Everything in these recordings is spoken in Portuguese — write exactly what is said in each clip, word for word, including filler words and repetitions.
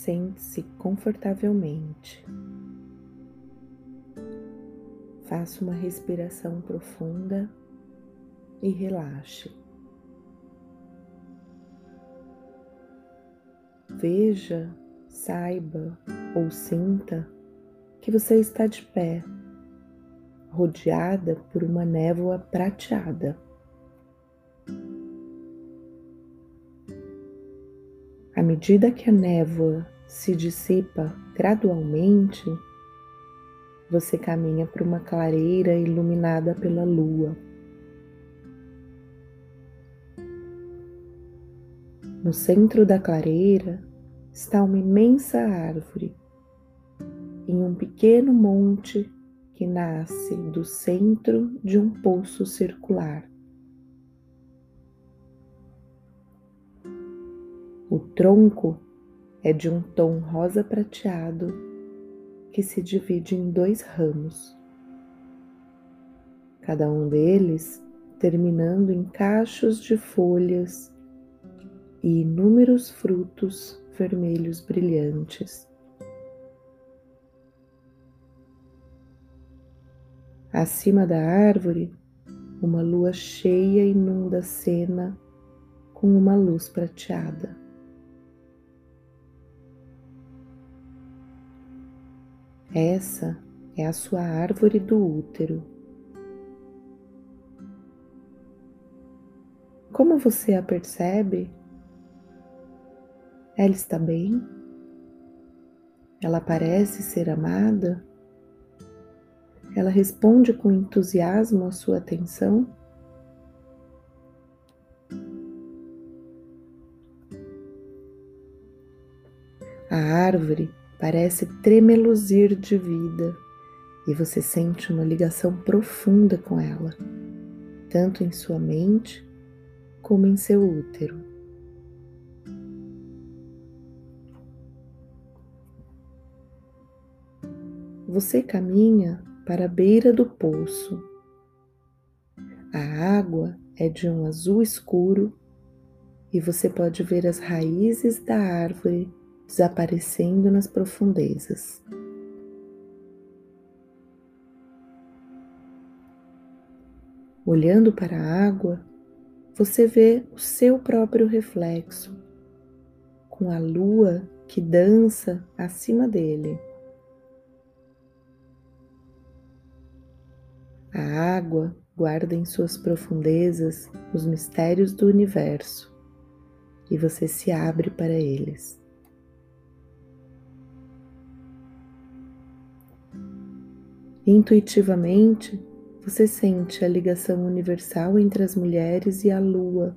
Sente-se confortavelmente. Faça uma respiração profunda e relaxe. Veja, saiba ou sinta que você está de pé, rodeada por uma névoa prateada. À medida que a névoa se dissipa gradualmente, você caminha por uma clareira iluminada pela lua. No centro da clareira está uma imensa árvore, em um pequeno monte que nasce do centro de um poço circular. O tronco é de um tom rosa prateado que se divide em dois ramos, cada um deles terminando em cachos de folhas e inúmeros frutos vermelhos brilhantes. Acima da árvore, uma lua cheia inunda a cena com uma luz prateada. Essa é a sua árvore do útero. Como você a percebe? Ela está bem? Ela parece ser amada? Ela responde com entusiasmo à sua atenção? A árvore parece tremeluzir de vida e você sente uma ligação profunda com ela, tanto em sua mente como em seu útero. Você caminha para a beira do poço. A água é de um azul escuro e você pode ver as raízes da árvore desaparecendo nas profundezas. Olhando para a água, você vê o seu próprio reflexo, com a lua que dança acima dele. A água guarda em suas profundezas os mistérios do universo e você se abre para eles. Intuitivamente, você sente a ligação universal entre as mulheres e a lua,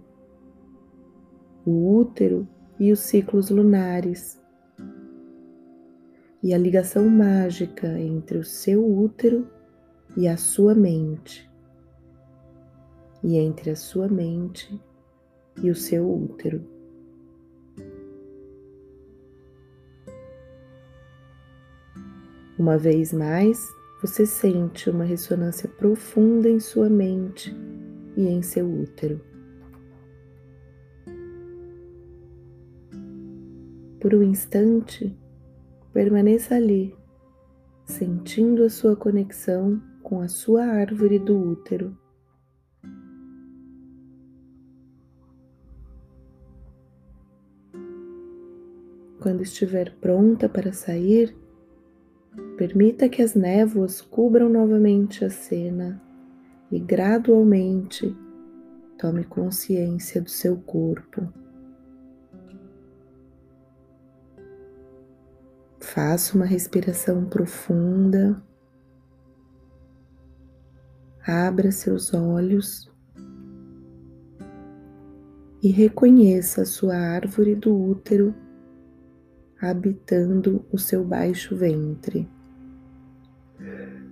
o útero e os ciclos lunares, e a ligação mágica entre o seu útero e a sua mente, e entre a sua mente e o seu útero. Uma vez mais, você sente uma ressonância profunda em sua mente e em seu útero. Por um instante, permaneça ali, sentindo a sua conexão com a sua árvore do útero. Quando estiver pronta para sair, permita que as névoas cubram novamente a cena e gradualmente tome consciência do seu corpo. Faça uma respiração profunda, abra seus olhos e reconheça a sua árvore do útero habitando o seu baixo ventre.